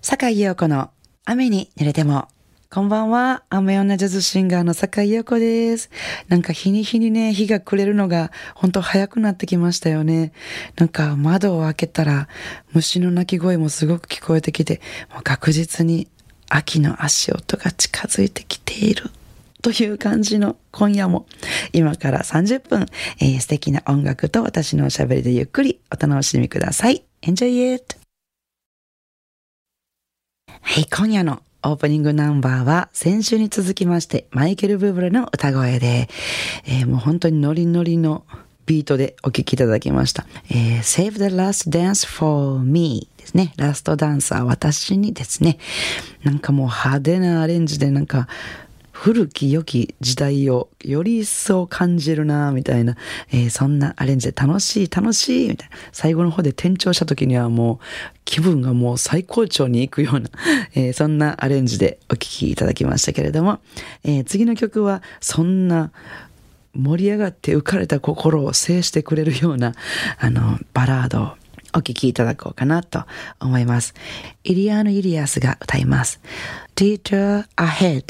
坂井陽子の雨に濡れても。こんばんは。雨女ジャズシンガーの坂井陽子です。なんか日に日にね、日が暮れるのが本当早くなってきましたよね。なんか窓を開けたら虫の鳴き声もすごく聞こえてきて、もう確実に秋の足音が近づいてきている。という感じの今夜も今から30分、素敵な音楽と私のおしゃべりでゆっくりお楽しみください。Enjoy it! はい、今夜のオープニングナンバーは先週に続きましてマイケル・ブーブレの歌声で、もう本当にノリノリのビートでお聴きいただきました。Save the last dance for me ですね。ラストダンサー私にですね。なんかもう派手なアレンジでなんか古き良き時代をより一層感じるなみたいな、そんなアレンジで楽しいみたいな。最後の方で転調した時にはもう気分がもう最高潮に行くような、そんなアレンジでお聴きいただきましたけれども、次の曲はそんな盛り上がって浮かれた心を制してくれるようなバラードをお聴きいただこうかなと思います。イリアーヌ・イリアスが歌います。Detour Ahead。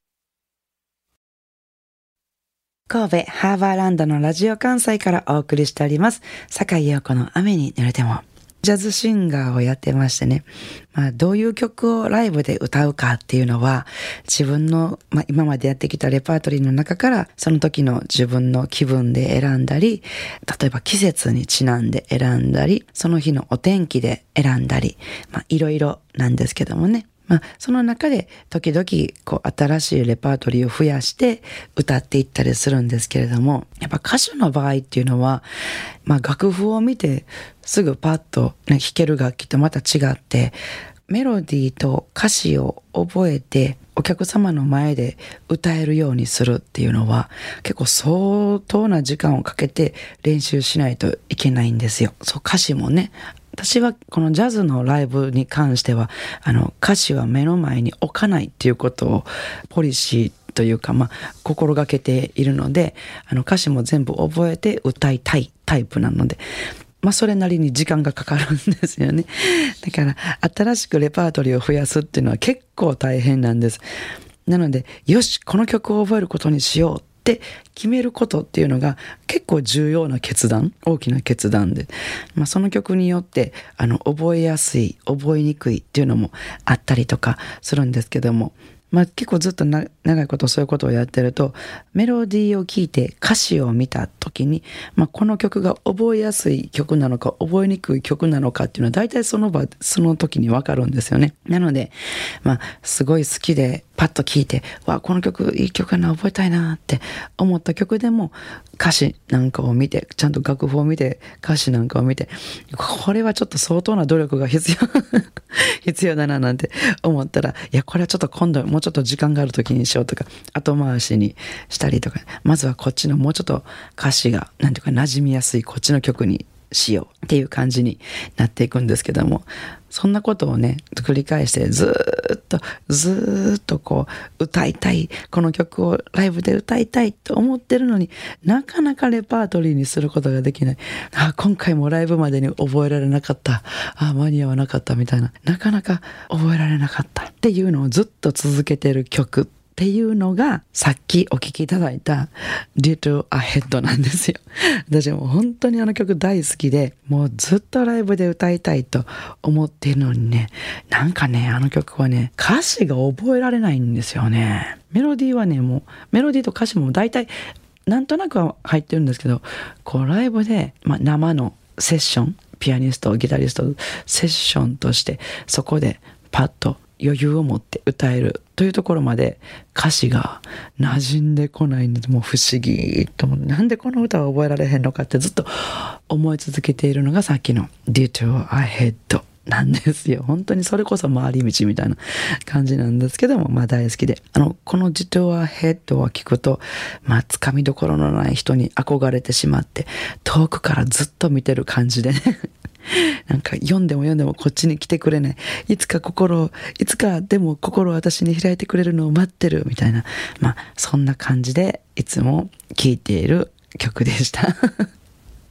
神戸ハーバーランドのラジオ関西からお送りしております坂井陽子の雨に濡れても。ジャズシンガーをやってましてね、どういう曲をライブで歌うかっていうのは自分の、今までやってきたレパートリーの中からその時の自分の気分で選んだり、例えば季節にちなんで選んだり、その日のお天気で選んだり、いろいろなんですけどもね。その中で時々新しいレパートリーを増やして歌っていったりするんですけれども、やっぱ歌手の場合っていうのは、楽譜を見てすぐパッと、弾ける楽器とまた違って、メロディーと歌詞を覚えてお客様の前で歌えるようにするっていうのは結構相当な時間をかけて練習しないといけないんですよ。そう、歌詞もね。私はこのジャズのライブに関しては歌詞は目の前に置かないっていうことをポリシーというか心がけているので、歌詞も全部覚えて歌いたいタイプなので、それなりに時間がかかるんですよね。だから新しくレパートリーを増やすっていうのは結構大変なんです。なのでよし、この曲を覚えることにしようって決めることっていうのが結構重要な決断、大きな決断で、その曲によって覚えやすい、覚えにくいっていうのもあったりとかするんですけども、結構ずっと長いことそういうことをやってると、メロディーを聞いて歌詞を見た時に、この曲が覚えやすい曲なのか覚えにくい曲なのかっていうのは大体その時に分かるんですよね。なので、すごい好きでパッと聞いて、この曲いい曲やな、覚えたいなって思った曲でも歌詞なんかを見て、ちゃんと楽譜を見て歌詞なんかを見て、これはちょっと相当な努力が必要だななんて思ったら、いやこれはちょっと今度もうちょっと時間がある時にしようとか、後回しにしたりとか、まずはこっちのもうちょっと歌詞がなんていうか馴染みやすいこっちの曲にしようっていう感じになっていくんですけども、そんなことをね繰り返してずーっと歌いたい、この曲をライブで歌いたいと思ってるのになかなかレパートリーにすることができない。今回もライブまでに覚えられなかった、間に合わなかったみたいな、なかなか覚えられなかったっていうのをずっと続けてる曲っていうのがさっきお聴きいただいた Detour Ahead なんですよ。私も本当に曲大好きで、もうずっとライブで歌いたいと思っているのにね、なんかね曲はね歌詞が覚えられないんですよね。メロディーはね、もうメロディーと歌詞も大体なんとなくは入ってるんですけど、ライブで、生のセッション、ピアニストギタリストセッションとしてそこでパッと余裕を持って歌えるというところまで歌詞が馴染んでこないので、もう不思議と、なんでこの歌を覚えられへんのかってずっと思い続けているのがさっきの Detour Ahead なんですよ。本当にそれこそ回り道みたいな感じなんですけども、大好きで、この Detour Ahead を聞くとつかみどころのない人に憧れてしまって、遠くからずっと見てる感じでねなんか読んでもこっちに来てくれない、いつかでも心を私に開いてくれるのを待ってるみたいな、そんな感じでいつも聴いている曲でした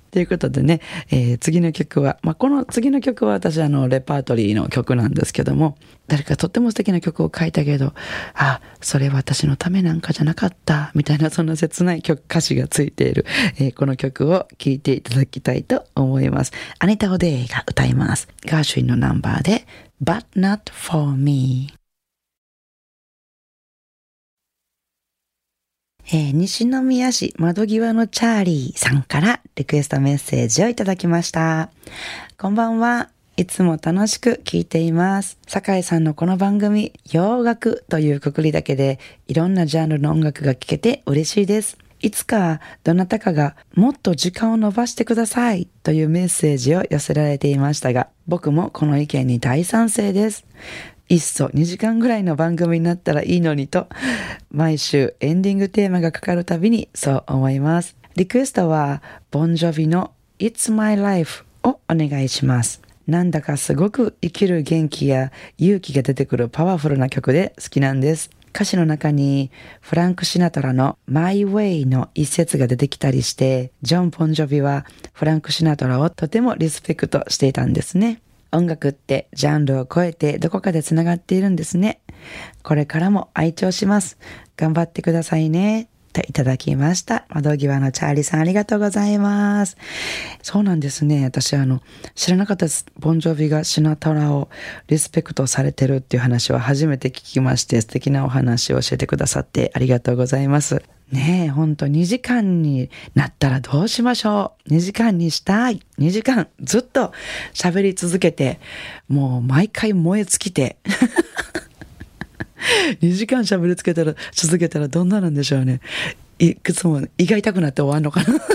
ということでね、次の曲は、この次の曲は私レパートリーの曲なんですけども、誰かとっても素敵な曲を書いたけど、それは私のためなんかじゃなかったみたいな、そんな切ない歌詞がついている、この曲を聴いていただきたいと思います。アニタ・オデイが歌います。ガーシュウィンのナンバーで But Not For Me。西宮市窓際のチャーリーさんからリクエストメッセージをいただきました。こんばんは。いつも楽しく聞いています。酒井さんのこの番組、洋楽というくくりだけでいろんなジャンルの音楽が聴けて嬉しいです。いつかどなたかがもっと時間を延ばしてくださいというメッセージを寄せられていましたが、僕もこの意見に大賛成です。いっそ2時間ぐらいの番組になったらいいのにと、毎週エンディングテーマがかかるたびにそう思います。リクエストは、ボンジョビの It's My Life をお願いします。なんだかすごく生きる元気や勇気が出てくるパワフルな曲で好きなんです。歌詞の中にフランク・シナトラの My Way の一節が出てきたりして、ジョン・ボンジョビはフランク・シナトラをとてもリスペクトしていたんですね。音楽ってジャンルを超えてどこかでつながっているんですね。これからも愛聴します。頑張ってくださいね。といただきました。窓際のチャーリーさんありがとうございます。そうなんですね。私知らなかったです。ボンジョビがシナトラをリスペクトされてるっていう話は初めて聞きまして、素敵なお話を教えてくださってありがとうございます。ねえ、ほんと2時間になったらどうしましょう。2時間にしたい。2時間ずっと喋り続けて、もう毎回燃え尽きて。2時間喋り続けたらどんななんでしょうね。いくつも胃が痛くなって終わんのかな。い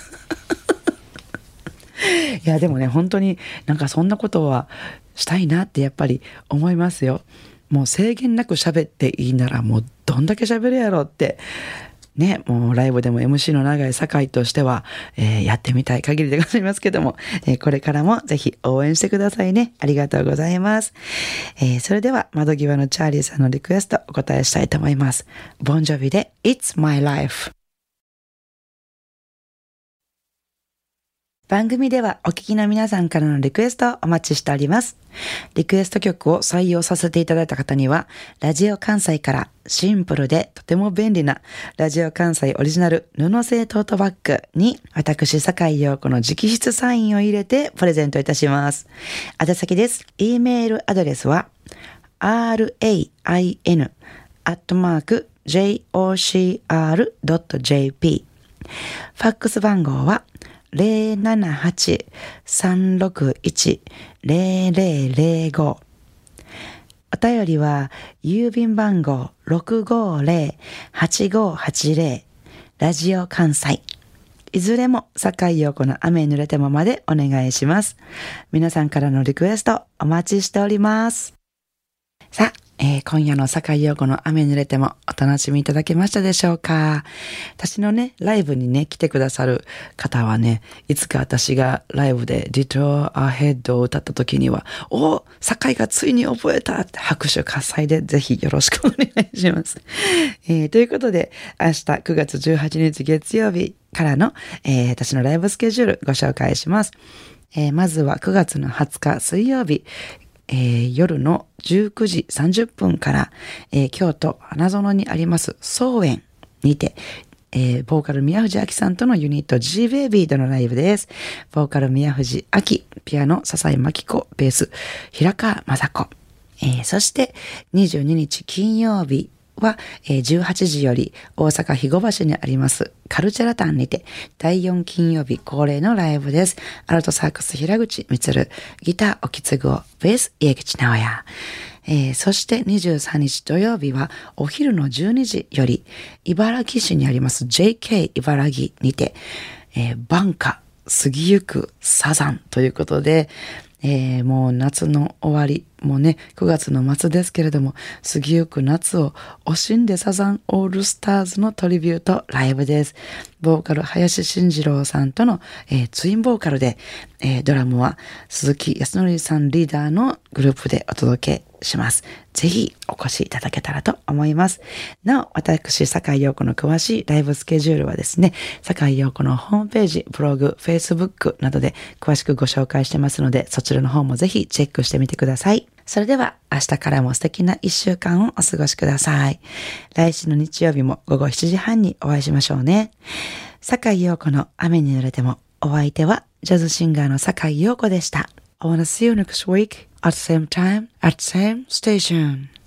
やでもね、本当になんかそんなことはしたいなってやっぱり思いますよ。もう制限なく喋っていいならもうどんだけ喋るやろってね、もうライブでも MC の長い酒井としては、やってみたい限りでございますけども、これからもぜひ応援してくださいね。ありがとうございます。それでは窓際のチャーリーさんのリクエストお答えしたいと思います。ボンジョビで It's My Life。番組ではお聞きの皆さんからのリクエストをお待ちしております。リクエスト曲を採用させていただいた方には、ラジオ関西からシンプルでとても便利なラジオ関西オリジナル布製トートバッグに私、酒井陽子の直筆サインを入れてプレゼントいたします。宛先です。e メールアドレスは rain@jocr.jp。ファックス番号は078-361-0005。お便りは郵便番号 650-8580 ラジオ関西。いずれも酒井陽子の雨に濡れてもまでお願いします。皆さんからのリクエストお待ちしております。さあ、今夜の酒井陽子の雨濡れてもお楽しみいただけましたでしょうか。私のね、ライブにね、来てくださる方はね、いつか私がライブで Detour Ahead を歌った時には、酒井がついに覚えたって拍手喝采でぜひよろしくお願いします。ということで、明日9月18日月曜日からの、私のライブスケジュールご紹介します。まずは9月の20日水曜日、夜の19時30分から、京都花園にあります草園にて、ボーカル宮藤明さんとのユニット G-Baby とのライブです。ボーカル宮藤明、ピアノ笹井真紀子、ベース平川雅子。そして22日金曜日は、18時より大阪肥後橋にありますカルチャラタンにて第4金曜日恒例のライブです。アルトサックス平口充、ギター沖継夫、ベース家口直也。そして23日土曜日はお昼の12時より茨城市にあります JK 茨城にて、晩夏過ぎゆくサザンということで、もう夏の終わり、もうね、9月の末ですけれども、過ぎゆく夏を惜しんでサザンオールスターズのトリビュートライブです。ボーカル林慎二郎さんとの、ツインボーカルで、ドラムは鈴木康則さんリーダーのグループでお届けします。ぜひお越しいただけたらと思います。なお、私、坂井陽子の詳しいライブスケジュールはですね、坂井陽子のホームページ、ブログ、Facebook などで詳しくご紹介してますので、そちらの方もぜひチェックしてみてください。それでは、明日からも素敵な1週間をお過ごしください。来週の日曜日も午後7時半にお会いしましょうね。坂井陽子の雨に濡れても、お相手はジャズシンガーの坂井陽子でした。I wanna see you next week at the same time at the same station.